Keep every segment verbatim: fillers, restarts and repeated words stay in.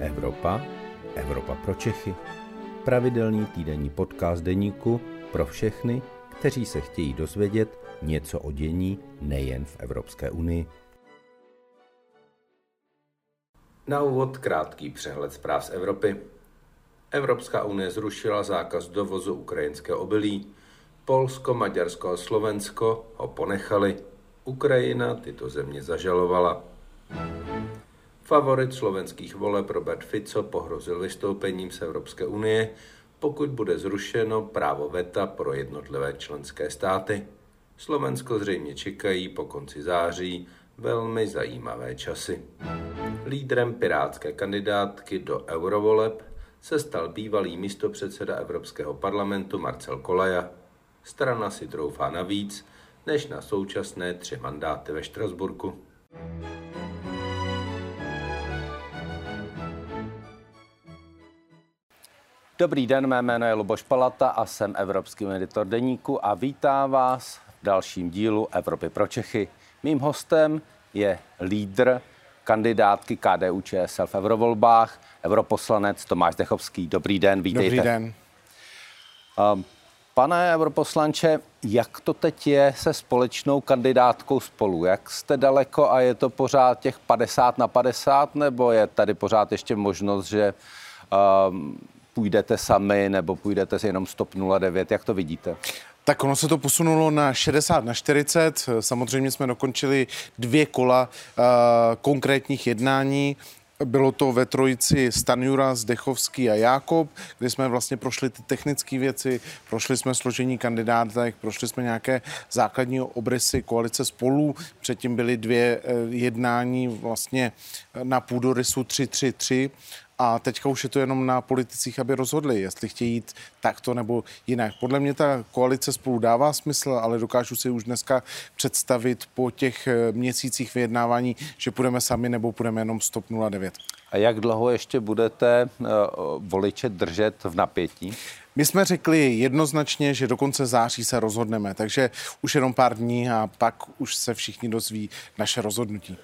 Evropa, Evropa pro Čechy. Pravidelný týdenní podcast deníku pro všechny, kteří se chtějí dozvědět něco o dění nejen v Evropské unii. Na úvod krátký přehled zpráv z Evropy. Evropská unie zrušila zákaz dovozu ukrajinského obilí. Polsko, Maďarsko a Slovensko ho ponechali. Ukrajina tyto země zažalovala. Favorit slovenských voleb Robert Fico pohrozil vystoupením z Evropské unie, pokud bude zrušeno právo veta pro jednotlivé členské státy. Slovensko zřejmě čekají po konci září velmi zajímavé časy. Lídrem pirátské kandidátky do eurovoleb se stal bývalý místopředseda Evropského parlamentu Marcel Kolaja. Strana si troufá navíc než na současné tři mandáty ve Štrasburku. Dobrý den, mé jméno je Luboš Palata a jsem evropský editor deníku a vítám vás v dalším dílu Evropy pro Čechy. Mým hostem je lídr kandidátky K D U Č S L v eurovolbách, europoslanec Tomáš Zdechovský. Dobrý den, vítejte. Dobrý den. Pane europoslanče, jak to teď je se společnou kandidátkou Spolu? Jak jste daleko a je to pořád těch padesát na padesát, nebo je tady pořád ještě možnost, že um, půjdete sami nebo půjdete jenom z T O P nula devět? Jak to vidíte? Tak ono se to posunulo na šedesát na čtyřicet. Samozřejmě jsme dokončili dvě kola uh, konkrétních jednání. Bylo to ve trojici Stanjura, Zdechovský a Jákob, kde jsme vlastně prošli ty technické věci, prošli jsme složení kandidátek, prošli jsme nějaké základní obrysy koalice Spolu. Předtím byly dvě jednání vlastně na půdorysu tři tři tři. A teďka už je to jenom na politicích, aby rozhodli, jestli chtějí jít takto nebo jinak. Podle mě ta koalice Spolu dává smysl, ale dokážu si už dneska představit po těch měsících vyjednávání, že půjdeme sami nebo půjdeme jenom z T O P nula devět. A jak dlouho ještě budete uh, voliče držet v napětí? My jsme řekli jednoznačně, že do konce září se rozhodneme, takže už jenom pár dní a pak už se všichni dozví naše rozhodnutí.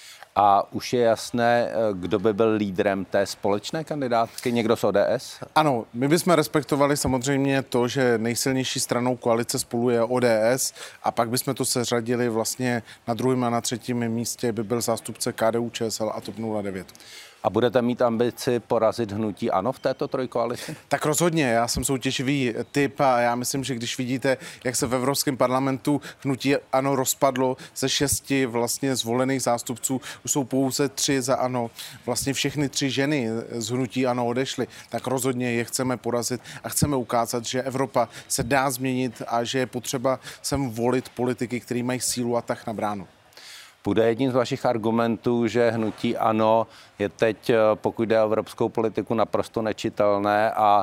A už je jasné, kdo by byl lídrem té společné kandidátky? Někdo z O D S? Ano, my bychom respektovali samozřejmě to, že nejsilnější stranou koalice Spolu je O D S a pak bychom to seřadili vlastně na druhém a na třetím místě by byl zástupce K D U Č S L a T O P nula devět. A budete mít ambici porazit hnutí ANO v této trojkoalici? Tak rozhodně, já jsem soutěživý typ a já myslím, že když vidíte, jak se v Evropském parlamentu hnutí ANO rozpadlo ze šesti vlastně zvolených zástupců, už jsou pouze tři za ANO, vlastně všechny tři ženy z hnutí ANO odešly, tak rozhodně je chceme porazit a chceme ukázat, že Evropa se dá změnit a že je potřeba sem volit politiky, kteří mají sílu a tah na bránu. Bude jedním z vašich argumentů, že hnutí ANO je teď, pokud jde o evropskou politiku, naprosto nečitelné a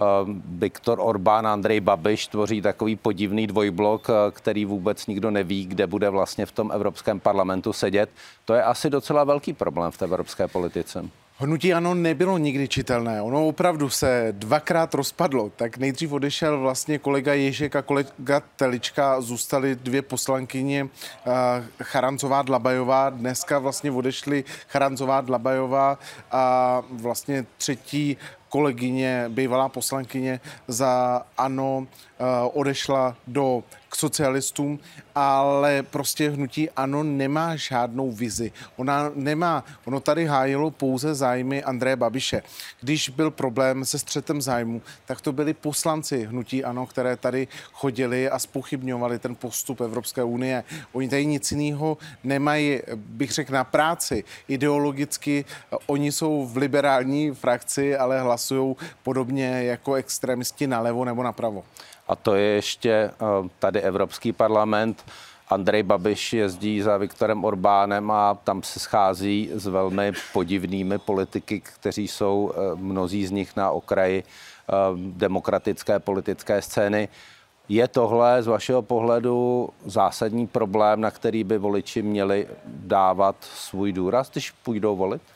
Viktor Orbán a Andrej Babiš tvoří takový podivný dvojblok, který vůbec nikdo neví, kde bude vlastně v tom Evropském parlamentu sedět. To je asi docela velký problém v té evropské politice. Hnutí ANO nebylo nikdy čitelné. Ono opravdu se dvakrát rozpadlo. Tak nejdřív odešel vlastně kolega Ježek a kolega Telička, zůstaly dvě poslankyně Charanzová, Dlabajová. Dneska vlastně odešly Charanzová, Dlabajová a vlastně třetí kolegyně, bývalá poslankyně za ANO odešla do k socialistům, ale prostě hnutí ANO nemá žádnou vizi. Ona nemá, ono tady hájilo pouze zájmy Andreje Babiše. Když byl problém se střetem zájmu, tak to byli poslanci hnutí ANO, které tady chodili a zpochybňovali ten postup Evropské unie. Oni tady nic jiného nemají, bych řekl, na práci. Ideologicky oni jsou v liberální frakci, ale hlasují podobně jako extremisti nalevo nebo napravo. A to je ještě tady Evropský parlament. Andrej Babiš jezdí za Viktorem Orbánem a tam se schází s velmi podivnými politiky, kteří jsou mnozí z nich na okraji demokratické politické scény. Je tohle z vašeho pohledu zásadní problém, na který by voliči měli dávat svůj důraz, když půjdou volit?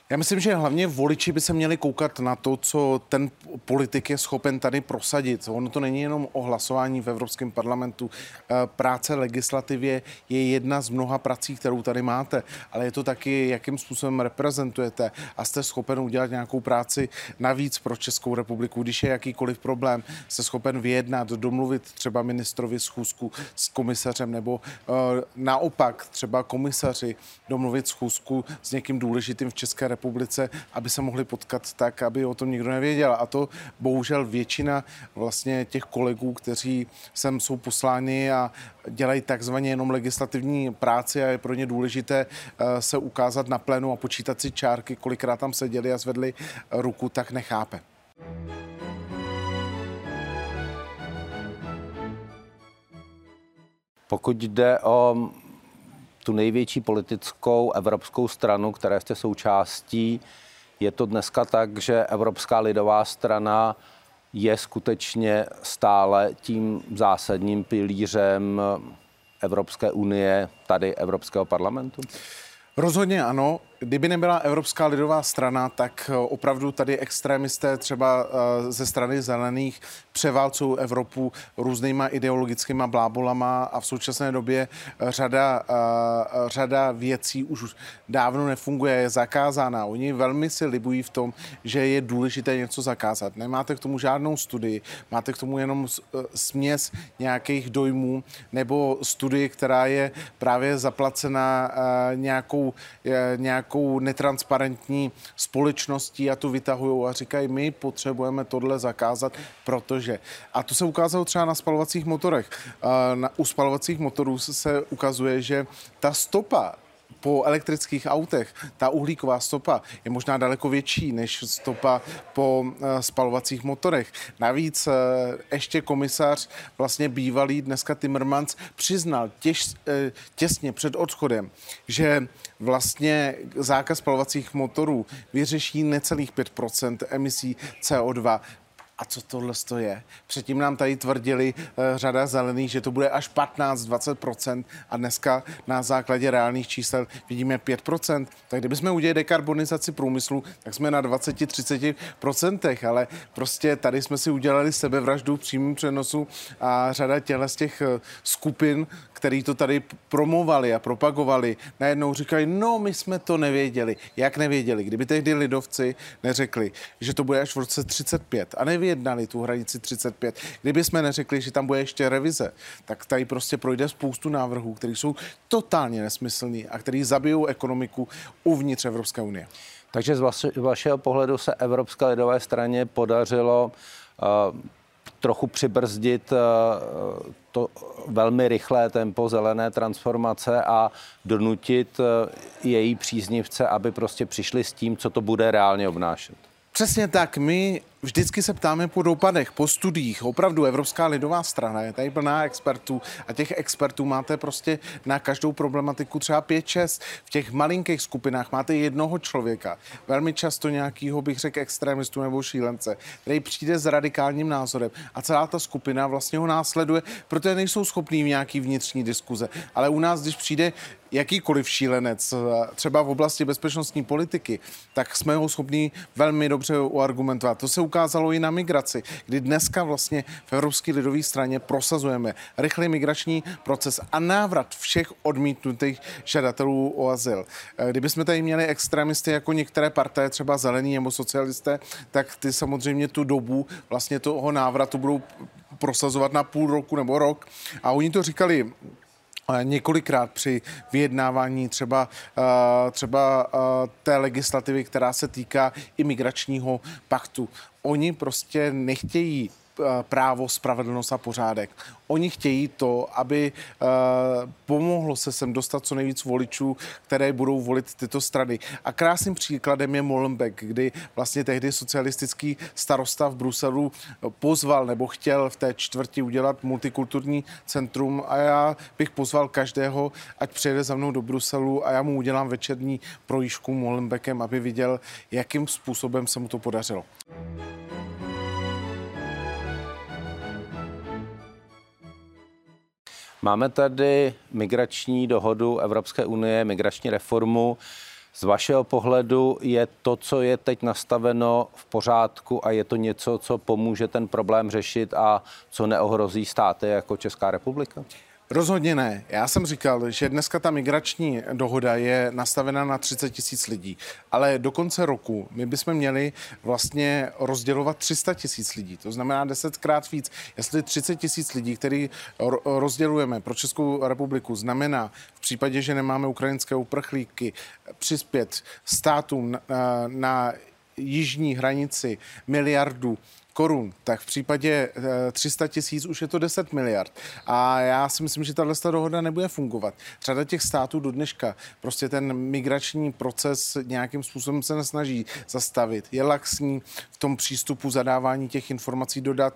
Já myslím, že hlavně voliči by se měli koukat na to, co ten politik je schopen tady prosadit. Ono to není jenom o hlasování v Evropském parlamentu. Práce legislativě je jedna z mnoha prací, kterou tady máte, ale je to taky, jakým způsobem reprezentujete a jste schopen udělat nějakou práci navíc pro Českou republiku. Když je jakýkoliv problém, jste schopen vyjednat, domluvit třeba ministrovi schůzku s komisařem nebo uh, naopak třeba komisaři domluvit schůzku s někým důležitým v České republice. republice, aby se mohli potkat tak, aby o tom nikdo nevěděl. A to bohužel většina vlastně těch kolegů, kteří sem jsou posláni a dělají takzvaně jenom legislativní práci a je pro ně důležité se ukázat na plénu a počítat si čárky, kolikrát tam seděli a zvedli ruku, tak nechápe. Pokud jde o tu největší politickou evropskou stranu, které jste součástí, je to dneska tak, že Evropská lidová strana je skutečně stále tím zásadním pilířem Evropské unie, tady Evropského parlamentu? Rozhodně ano. Kdyby nebyla Evropská lidová strana, tak opravdu tady extrémisté třeba ze strany zelených převálcují Evropu různýma ideologickýma blábolama a v současné době řada, řada věcí už dávno nefunguje, je zakázána. Oni velmi si libují v tom, že je důležité něco zakázat. Nemáte k tomu žádnou studii, máte k tomu jenom směs nějakých dojmů nebo studii, která je právě zaplacena nějakou, nějakou nějakou netransparentní společností a tu vytahují a říkají, my potřebujeme tohle zakázat, protože. A to se ukázalo třeba na spalovacích motorech. Na, u spalovacích motorů se ukazuje, že ta stopa po elektrických autech, ta uhlíková stopa je možná daleko větší než stopa po spalovacích motorech. Navíc ještě komisař, vlastně bývalý dneska Timmermans, přiznal těž, těsně před odchodem, že vlastně zákaz spalovacích motorů vyřeší necelých pět procent emisí C O dva. A co tohle je? Předtím nám tady tvrdili uh, řada zelených, že to bude až patnáct až dvacet procent a dneska na základě reálných čísel vidíme pět procent. Tak kdybychom udělali dekarbonizaci průmyslu, tak jsme na dvacet až třicet procent, ale prostě tady jsme si udělali sebevraždu v přímém přenosu a řada těchto z těch uh, skupin, který to tady promovali a propagovali, najednou říkají, no my jsme to nevěděli. Jak nevěděli? Kdyby tehdy lidovci neřekli, že to bude až v roce třicet pět a nevyjednali tu hranici třicet pět, kdyby jsme neřekli, že tam bude ještě revize, tak tady prostě projde spoustu návrhů, které jsou totálně nesmyslný a který zabijou ekonomiku uvnitř Evropské unie. Takže z vaše, vašeho pohledu se Evropské lidové straně podařilo uh, trochu přibrzdit uh, to velmi rychlé tempo zelené transformace a donutit uh, její příznivce, aby prostě přišli s tím, co to bude reálně obnášet. Přesně tak. My vždycky se ptáme po dopadech, po studiích. Opravdu Evropská lidová strana je tady plná expertů a těch expertů máte prostě na každou problematiku třeba pět šest. V těch malinkých skupinách máte jednoho člověka, velmi často nějakýho, bych řekl, extremistu nebo šílence, který přijde s radikálním názorem a celá ta skupina vlastně ho následuje, protože nejsou schopní v nějaký vnitřní diskuze. Ale u nás, když přijde jakýkoliv šílenec, třeba v oblasti bezpečnostní politiky, tak jsme ho schopní velmi dobře uargumentovat. To se ukázalo i na migraci, kdy dneska vlastně v Evropské lidové straně prosazujeme rychlý migrační proces a návrat všech odmítnutých žadatelů o azyl. Kdyby jsme tady měli extremisty jako některé partaje, třeba zelení nebo socialisté, tak ty samozřejmě tu dobu vlastně toho návratu budou prosazovat na půl roku nebo rok. A oni to říkali několikrát při vyjednávání třeba, třeba té legislativy, která se týká imigračního paktu. Oni prostě nechtějí právo, spravedlnost a pořádek. Oni chtějí to, aby uh, pomohlo se sem dostat co nejvíc voličů, které budou volit tyto strany. A krásným příkladem je Molenbeek, kdy vlastně tehdy socialistický starosta v Bruselu pozval nebo chtěl v té čtvrti udělat multikulturní centrum a já bych pozval každého, ať přijede za mnou do Bruselu a já mu udělám večerní projížďku Molenbeekem, aby viděl, jakým způsobem se mu to podařilo. Máme tady migrační dohodu Evropské unie, migrační reformu. Z vašeho pohledu je to, co je teď nastaveno, v pořádku a je to něco, co pomůže ten problém řešit a co neohrozí státy jako Česká republika? Rozhodně ne. Já jsem říkal, že dneska ta migrační dohoda je nastavena na třicet tisíc lidí, ale do konce roku my bychom měli vlastně rozdělovat tři sta tisíc lidí. To znamená desetkrát víc. Jestli třicet tisíc lidí, který rozdělujeme pro Českou republiku, znamená v případě, že nemáme ukrajinské uprchlíky, přispět státům na, na jižní hranici miliardu korun, tak v případě tři sta tisíc už je to deset miliard. A já si myslím, že tato dohoda nebude fungovat. Řada těch států do dneška prostě ten migrační proces nějakým způsobem se nesnaží zastavit. Je laxní v tom přístupu zadávání těch informací, dodat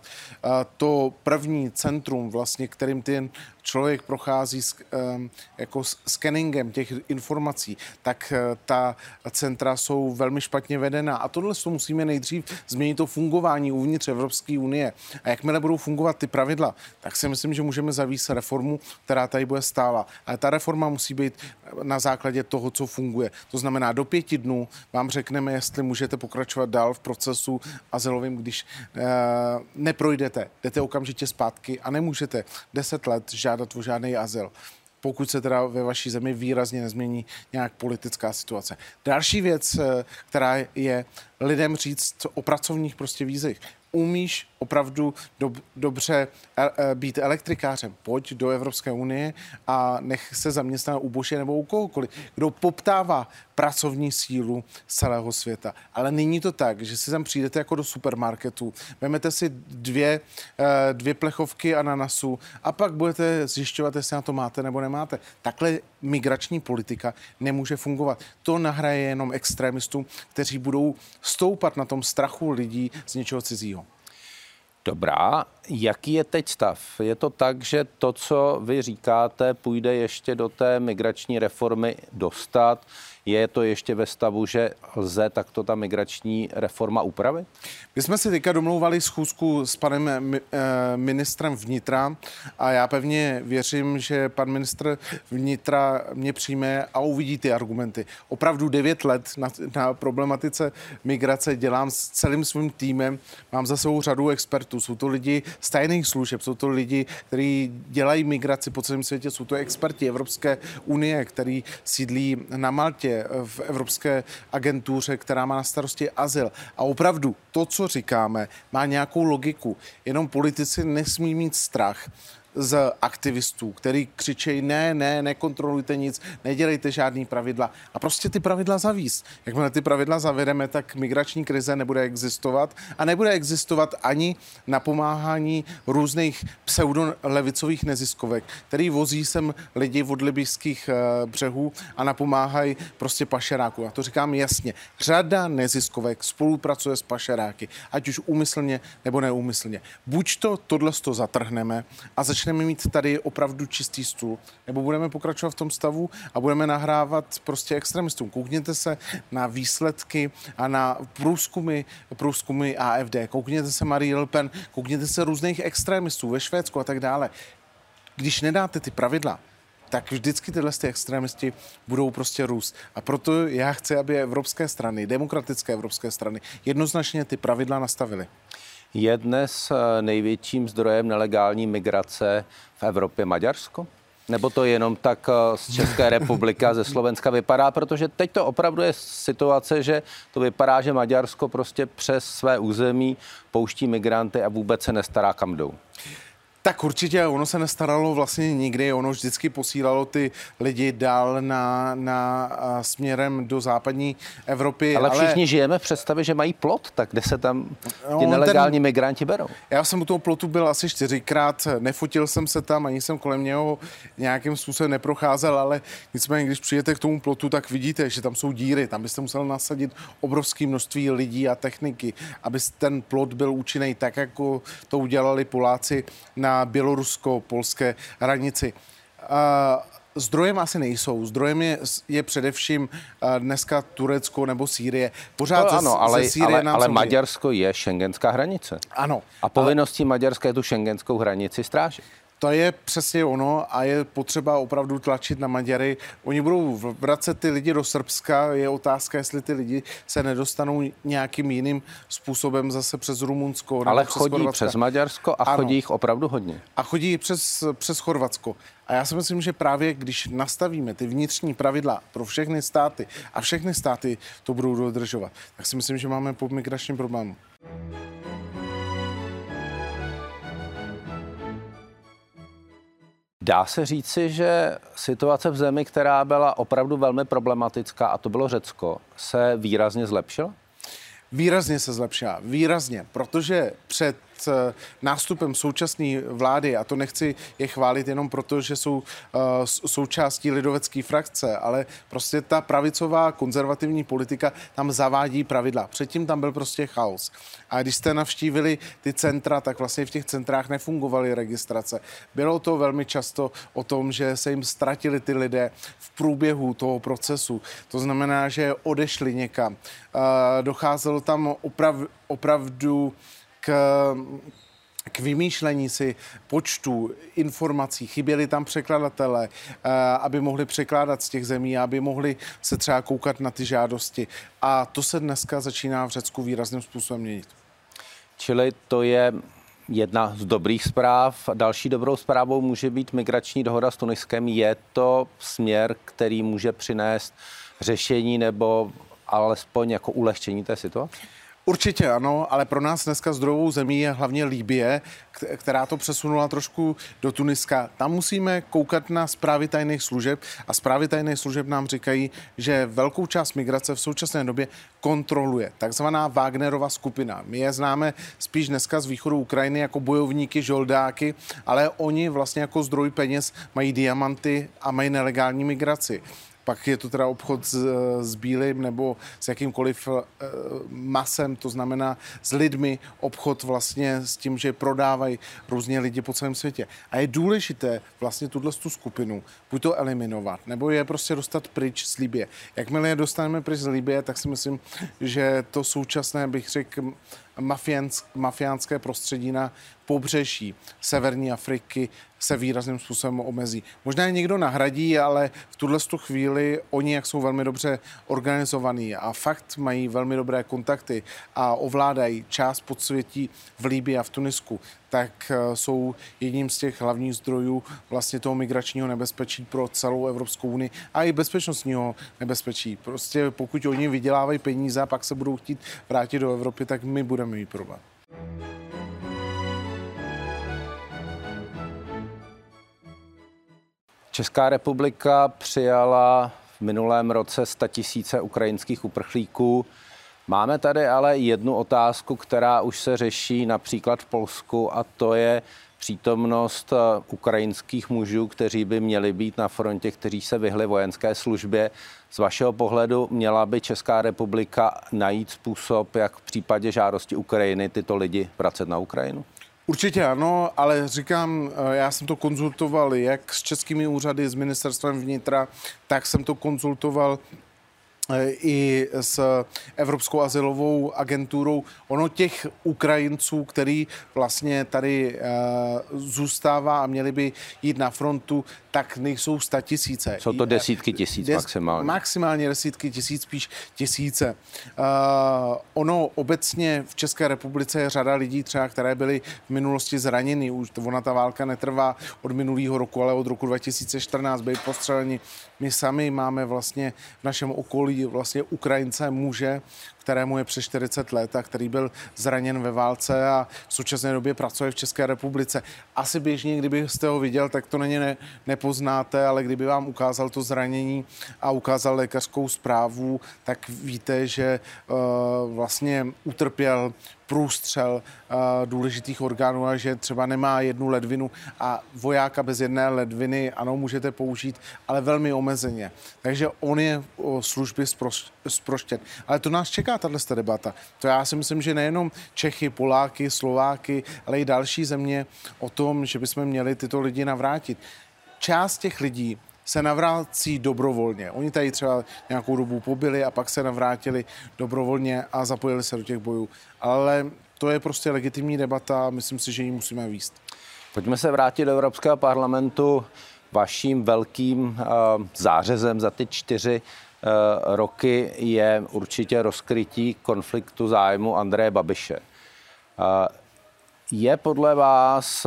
to první centrum, vlastně, kterým ten člověk prochází s, jako scaningem těch informací, tak ta centra jsou velmi špatně vedená. A tohle to musíme nejdřív změnit to fungování uvnitř Evropské unie. A jakmile budou fungovat ty pravidla, tak si myslím, že můžeme zavést reformu, která tady bude stála. Ale ta reforma musí být na základě toho, co funguje. To znamená, do pěti dnů vám řekneme, jestli můžete pokračovat dál v procesu azylovým, když e, neprojdete, jdete okamžitě zpátky a nemůžete deset let žádat o žádný azyl, pokud se teda ve vaší zemi výrazně nezmění nějak politická situace. Další věc, která je lidem říct o pracovních prostě vízech. Umíš opravdu dob, dobře e, být elektrikářem, pojď do Evropské unie a nech se zaměstnat u Boše nebo u kohokoliv, kdo poptává pracovní sílu z celého světa. Ale není to tak, že si tam přijdete jako do supermarketu, vezmete si dvě, e, dvě plechovky ananasu a pak budete zjišťovat, jestli na to máte nebo nemáte. Takhle migrační politika nemůže fungovat. To nahraje jenom extremistům, kteří budou stoupat na tom strachu lidí z něčeho cizího. Dobrá, jaký je teď stav? Je to tak, že to, co vy říkáte, půjde ještě do té migrační reformy dostat? Je to ještě ve stavu, že lze takto ta migrační reforma upravit? My jsme si teďka domlouvali schůzku s panem ministrem vnitra a já pevně věřím, že pan ministr vnitra mě přijme a uvidí ty argumenty. Opravdu devět let na, na problematice migrace dělám s celým svým týmem. Mám za sebou řadu expertů. Jsou to lidi z tajných služeb, jsou to lidi, kteří dělají migraci po celém světě, jsou to experti Evropské unie, který sídlí na Maltě, v Evropské agentuře, která má na starosti azyl. A opravdu to, co říkáme, má nějakou logiku. Jenom politici nesmí mít strach z aktivistů, který křičejí ne, ne, nekontrolujte nic, nedělejte žádný pravidla a prostě ty pravidla zavíst. Jakmile ty pravidla zavedeme, tak migrační krize nebude existovat a nebude existovat ani napomáhání různých pseudolevicových neziskovek, který vozí sem lidi od libyjských břehů a napomáhají prostě pašeráků. A to říkám jasně. Řada neziskovek spolupracuje s pašeráky, ať už úmyslně nebo neúmyslně. Buď to tohle to zatrhneme a začneme začneme mít tady opravdu čistý stůl, nebo budeme pokračovat v tom stavu a budeme nahrávat prostě extremistům. Koukněte se na výsledky a na průzkumy, průzkumy A F D, koukněte se Marie Le Pen, koukněte se různých extremistů ve Švédsku a tak dále. Když nedáte ty pravidla, tak vždycky tyhle ty extremisti budou prostě růst. A proto já chci, aby evropské strany, demokratické evropské strany, jednoznačně ty pravidla nastavily. Je dnes největším zdrojem nelegální migrace v Evropě Maďarsko? Nebo to jenom tak z České republiky a ze Slovenska vypadá? Protože teď to opravdu je situace, že to vypadá, že Maďarsko prostě přes své území pouští migranty a vůbec se nestará, kam jdou. Tak určitě ono se nestaralo vlastně nikdy, ono vždycky posílalo ty lidi dál na, na směrem do západní Evropy. Ale všichni ale... žijeme v představě, že mají plot, tak kde se tam ti no, nelegální ten... migranti berou? Já jsem u toho plotu byl asi čtyřikrát, nefotil jsem se tam, ani jsem kolem něho nějakým způsobem neprocházel, ale nicméně, když přijete k tomu plotu, tak vidíte, že tam jsou díry, tam byste musel nasadit obrovské množství lidí a techniky, aby ten plot byl účinný tak, jako to udělali Poláci na bělorusko-polské hranici. Zdrojem asi nejsou. Zdrojem je, je především dneska Turecko nebo Sýrie. Pořád to, ano, ze, ale, ze Sýrie ale, nám ale samozřejmě... Maďarsko je schengenská hranice. Ano. A povinností ale... Maďarska je tu schengenskou hranici strážit. To je přesně ono a je potřeba opravdu tlačit na Maďary. Oni budou vracet ty lidi do Srbska. Je otázka, jestli ty lidi se nedostanou nějakým jiným způsobem zase přes Rumunsko. Ale přes chodí Chorvatska. Přes Maďarsko a ano. Chodí jich opravdu hodně. A chodí přes, přes Chorvatsko. A já si myslím, že právě když nastavíme ty vnitřní pravidla pro všechny státy a všechny státy to budou dodržovat, tak si myslím, že máme po migračním problému. Dá se říci, že situace v zemi, která byla opravdu velmi problematická, a to bylo Řecko, se výrazně zlepšila? Výrazně se zlepšila, výrazně, protože před nástupem současné vlády, a to nechci je chválit jenom proto, že jsou uh, součástí lidovecké frakce, ale prostě ta pravicová konzervativní politika tam zavádí pravidla. Předtím tam byl prostě chaos. A když jste navštívili ty centra, tak vlastně v těch centrách nefungovaly registrace. Bylo to velmi často o tom, že se jim ztratili ty lidé v průběhu toho procesu. To znamená, že odešli někam. Uh, docházelo tam oprav, opravdu K, k vymýšlení si počtu informací. Chyběli tam překladatelé, aby mohli překládat z těch zemí, aby mohli se třeba koukat na ty žádosti. A to se dneska začíná v Řecku výrazným způsobem měnit. Čili to je jedna z dobrých zpráv. Další dobrou zprávou může být migrační dohoda s Tuniskem. Je to směr, který může přinést řešení nebo alespoň jako ulehčení té situace? Určitě ano, ale pro nás dneska zdrojovou zemí je hlavně Libye, která to přesunula trošku do Tuniska. Tam musíme koukat na zprávy tajných služeb a zprávy tajných služeb nám říkají, že velkou část migrace v současné době kontroluje takzvaná Wagnerova skupina. My je známe spíš dneska z východu Ukrajiny jako bojovníky, žoldáky, ale oni vlastně jako zdroj peněz mají diamanty a mají nelegální migraci. Pak je to teda obchod s, s bílým nebo s jakýmkoliv e, masem, to znamená s lidmi, obchod vlastně s tím, že prodávají různě lidi po celém světě. A je důležité vlastně tuhle tu skupinu buď to eliminovat, nebo je prostě dostat pryč z Libye. Jakmile je dostaneme pryč z Libye, tak si myslím, že to současné, bych řekl, mafiánské prostředí na pobřeží severní Afriky se výrazným způsobem omezí. Možná je někdo nahradí, ale v tuhle chvíli oni, jak jsou velmi dobře organizovaní a fakt mají velmi dobré kontakty a ovládají část podsvětí v Libyi a v Tunisku, tak jsou jedním z těch hlavních zdrojů vlastně toho migračního nebezpečí pro celou Evropskou unii a i bezpečnostního nebezpečí. Prostě pokud oni vydělávají peníze a pak se budou chtít vrátit do Evropy, tak my budeme mít problém. Česká republika přijala v minulém roce statisíce ukrajinských uprchlíků. Máme tady ale jednu otázku, která už se řeší například v Polsku, a to je přítomnost ukrajinských mužů, kteří by měli být na frontě, kteří se vyhli vojenské službě. Z vašeho pohledu měla by Česká republika najít způsob, jak v případě žádosti Ukrajiny tyto lidi vracet na Ukrajinu? Určitě ano, ale říkám, já jsem to konzultoval jak s českými úřady, s ministerstvem vnitra, tak jsem to konzultoval i s Evropskou azylovou agenturou. Ono těch Ukrajinců, který vlastně tady uh, zůstává a měli by jít na frontu, tak nejsou statisíce. Jsou to desítky tisíc Des, maximálně. Maximálně desítky tisíc, spíš tisíce. Uh, ono obecně v České republice je řada lidí třeba, které byly v minulosti zraněny. Už ona ta válka netrvá od minulého roku, ale od roku dva tisíce čtrnáct byli postřeleni. My sami máme vlastně v našem okolí vlastně Ukrajince muže, kterému je přes čtyřicet let a který byl zraněn ve válce a v současné době pracuje v České republice. Asi běžně, kdybyste ho viděl, tak to není ne, nepoznáte, ale kdyby vám ukázal to zranění a ukázal lékařskou zprávu, tak víte, že uh, vlastně utrpěl průstřel uh, důležitých orgánů a že třeba nemá jednu ledvinu a vojáka bez jedné ledviny, ano, můžete použít, ale velmi omezeně. Takže on je o službě zproštěn. Ale to nás čeká, tato debata. To já si myslím, že nejenom Čechy, Poláky, Slováky, ale i další země o tom, že bychom měli tyto lidi navrátit. Část těch lidí se navrácí dobrovolně. Oni tady třeba nějakou dobu pobyli a pak se navrátili dobrovolně a zapojili se do těch bojů. Ale to je prostě legitimní debata a myslím si, že ji musíme vést. Pojďme se vrátit do Evropského parlamentu. Vaším velkým uh, zářezem za ty čtyři uh, roky je určitě rozkrytí konfliktu zájmu Andreje Babiše. Uh, je podle vás uh,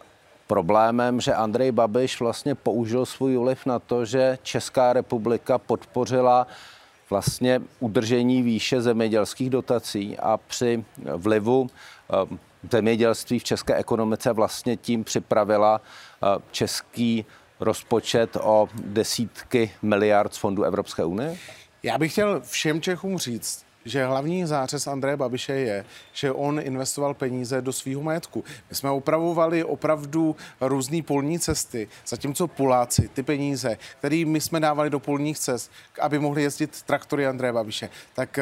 problémem, že Andrej Babiš vlastně použil svůj vliv na to, že Česká republika podpořila vlastně udržení výše zemědělských dotací a při vlivu uh, zemědělství v české ekonomice vlastně tím připravila uh, český rozpočet o desítky miliard z fondů Evropské unie? Já bych chtěl všem Čechům říct, že hlavní zářez Andreje Babiše je, že on investoval peníze do svého majetku. My jsme upravovali opravdu různé polní cesty, zatímco Poláci ty peníze, které my jsme dávali do polních cest, aby mohli jezdit traktory Andreje Babiše, tak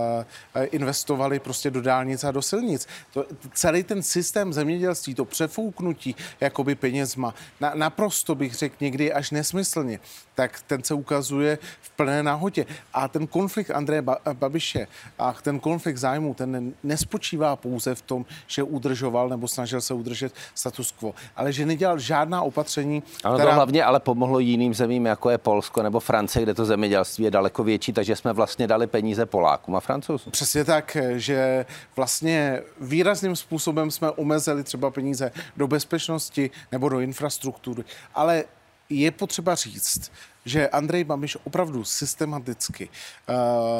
uh, investovali prostě do dálnic a do silnic. To, celý ten systém zemědělství, to přefouknutí jakoby penězma, na, naprosto bych řekl někdy až nesmyslně, tak ten se ukazuje v plné nahotě. A ten konflikt Andreje Babiše a ten konflikt zájmu, ten nespočívá pouze v tom, že udržoval nebo snažil se udržet status quo, ale že nedělal žádná opatření, ano, která... to hlavně ale pomohlo jiným zemím, jako je Polsko nebo Francie, kde to zemědělství je daleko větší, takže jsme vlastně dali peníze Polákům a Francouzům. Přesně tak, že vlastně výrazným způsobem jsme omezili třeba peníze do bezpečnosti nebo do infrastruktury, ale je potřeba říct, že Andrej Babiš opravdu systematicky uh,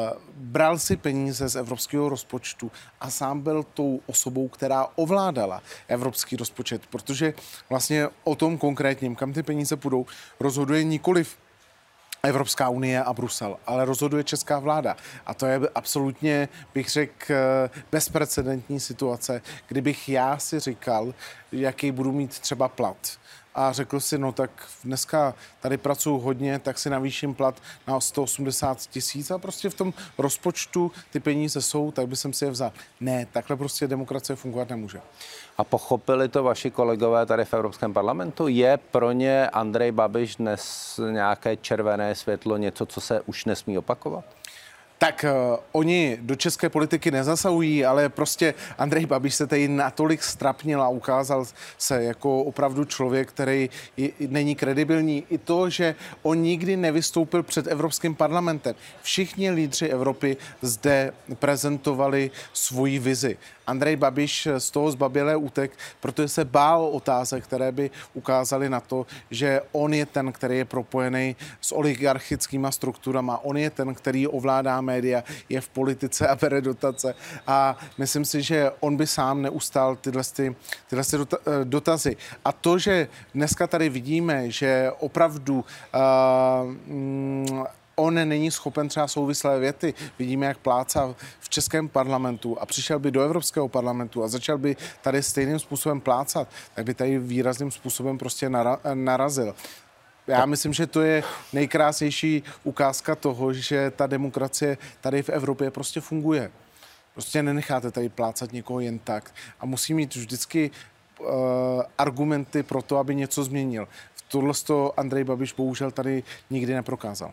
bral si peníze z evropského rozpočtu a sám byl tou osobou, která ovládala evropský rozpočet, protože vlastně o tom konkrétním, kam ty peníze půjdou, rozhoduje nikoliv Evropská unie a Brusel, ale rozhoduje česká vláda. A to je absolutně, bych řekl, bezprecedentní situace, kdybych já si říkal, jaký budu mít třeba plat. A řekl si, no tak dneska tady pracuji hodně, tak si navýším plat na sto osmdesát tisíc a prostě v tom rozpočtu ty peníze jsou, tak by jsem si je vzal. Ne, takhle prostě demokracie fungovat nemůže. A pochopili to vaši kolegové tady v Evropském parlamentu? Je pro ně Andrej Babiš dnes nějaké červené světlo, něco, co se už nesmí opakovat? Tak uh, oni do české politiky nezasahují, ale prostě Andrej Babiš se tady natolik strapnil a ukázal se jako opravdu člověk, který je, není kredibilní. I to, že on nikdy nevystoupil před Evropským parlamentem. Všichni lídři Evropy zde prezentovali svoji vizi. Andrej Babiš z toho zbabělé útek, protože se bál otázek, které by ukázaly na to, že on je ten, který je propojený s oligarchickýma strukturama, on je ten, který ovládá média, je v politice a bere dotace. A myslím si, že on by sám neustál tyhle, tyhle dotazy. A to, že dneska tady vidíme, že opravdu uh, mm, on není schopen třeba souvislé věty. Vidíme, jak plácá v českém parlamentu a přišel by do Evropského parlamentu a začal by tady stejným způsobem plácat, tak by tady výrazným způsobem prostě nara- narazil. Já myslím, že to je nejkrásnější ukázka toho, že ta demokracie tady v Evropě prostě funguje. Prostě nenecháte tady plácat někoho jen tak. A musí mít vždycky uh, argumenty pro to, aby něco změnil. Tohle to Andrej Babiš bohužel tady nikdy neprokázal.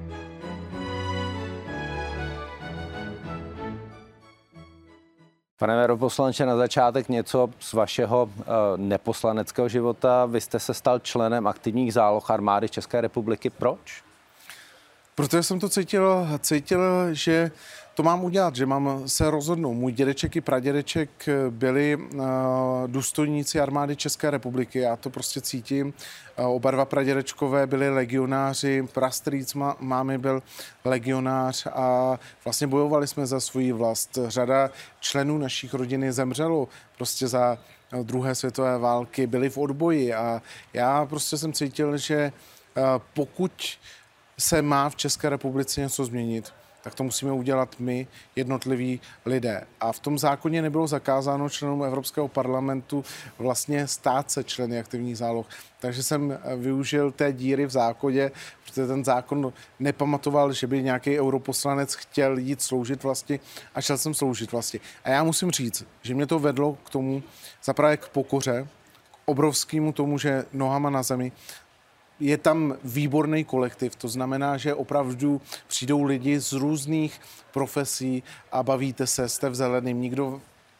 Pane europoslanče, na začátek něco z vašeho uh, neposlaneckého života. Vy jste se stal členem aktivních záloh armády České republiky. Proč? Protože jsem to cítil, cítil, že to mám udělat, že mám se rozhodnout. Můj dědeček i pradědeček byli uh, důstojníci armády České republiky. Já to prostě cítím. Uh, oba dva pradědečkové byli legionáři, prastrýc má, mámy byl legionář a vlastně bojovali jsme za svou vlast. Řada členů našich rodiny zemřelo prostě za druhé světové války, byli v odboji a já prostě jsem cítil, že uh, pokud se má v České republice něco změnit, tak to musíme udělat my, jednotliví lidé. A v tom zákoně nebylo zakázáno členům Evropského parlamentu vlastně stát se členy aktivních záloh. Takže jsem využil té díry v zákoně, protože ten zákon nepamatoval, že by nějaký europoslanec chtěl jít sloužit vlastně a šel jsem sloužit vlastně. A já musím říct, že mě to vedlo k tomu, zaprvé k pokoře, k obrovskému tomu, že nohama na zemi. Je tam výborný kolektiv, to znamená, že opravdu přijdou lidi z různých profesí a bavíte se, jste v zeleným, nikdo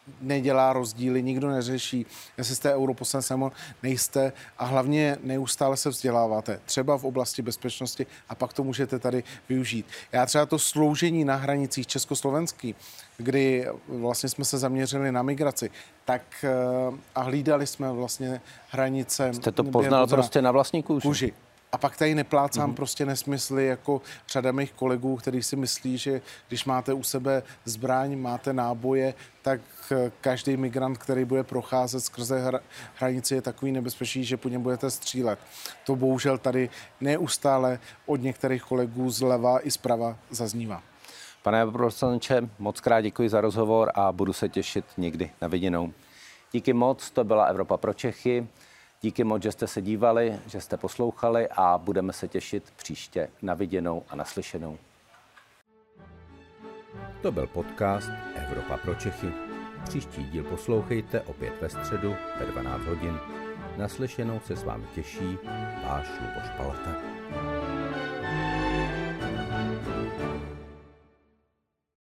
nedělá rozdíly, nikdo neřeší, jestli jste europoslanec nebo nejste a hlavně neustále se vzděláváte, třeba v oblasti bezpečnosti a pak to můžete tady využít. Já třeba to sloužení na hranicích československý, kdy vlastně jsme se zaměřili na migraci, tak a hlídali jsme vlastně hranice. Jste to poznal prostě na vlastní kůži. kůži. A pak tady neplácám mm-hmm. prostě nesmysly jako řada mých kolegů, kteří si myslí, že když máte u sebe zbraň, máte náboje, tak každý migrant, který bude procházet skrze hra, hranici, je takový nebezpečný, že po něm budete střílet. To bohužel tady neustále od některých kolegů zleva i zprava zaznívá. Pane poslanče, moc krát děkuji za rozhovor a budu se těšit někdy na viděnou. Díky moc, to byla Evropa pro Čechy. Díky moc, že jste se dívali, že jste poslouchali a budeme se těšit příště na viděnou a naslyšenou. To byl podcast Evropa pro Čechy. Příští díl poslouchejte opět ve středu ve dvanáct hodin. Naslyšenou se s vámi těší váš Luboš Palata.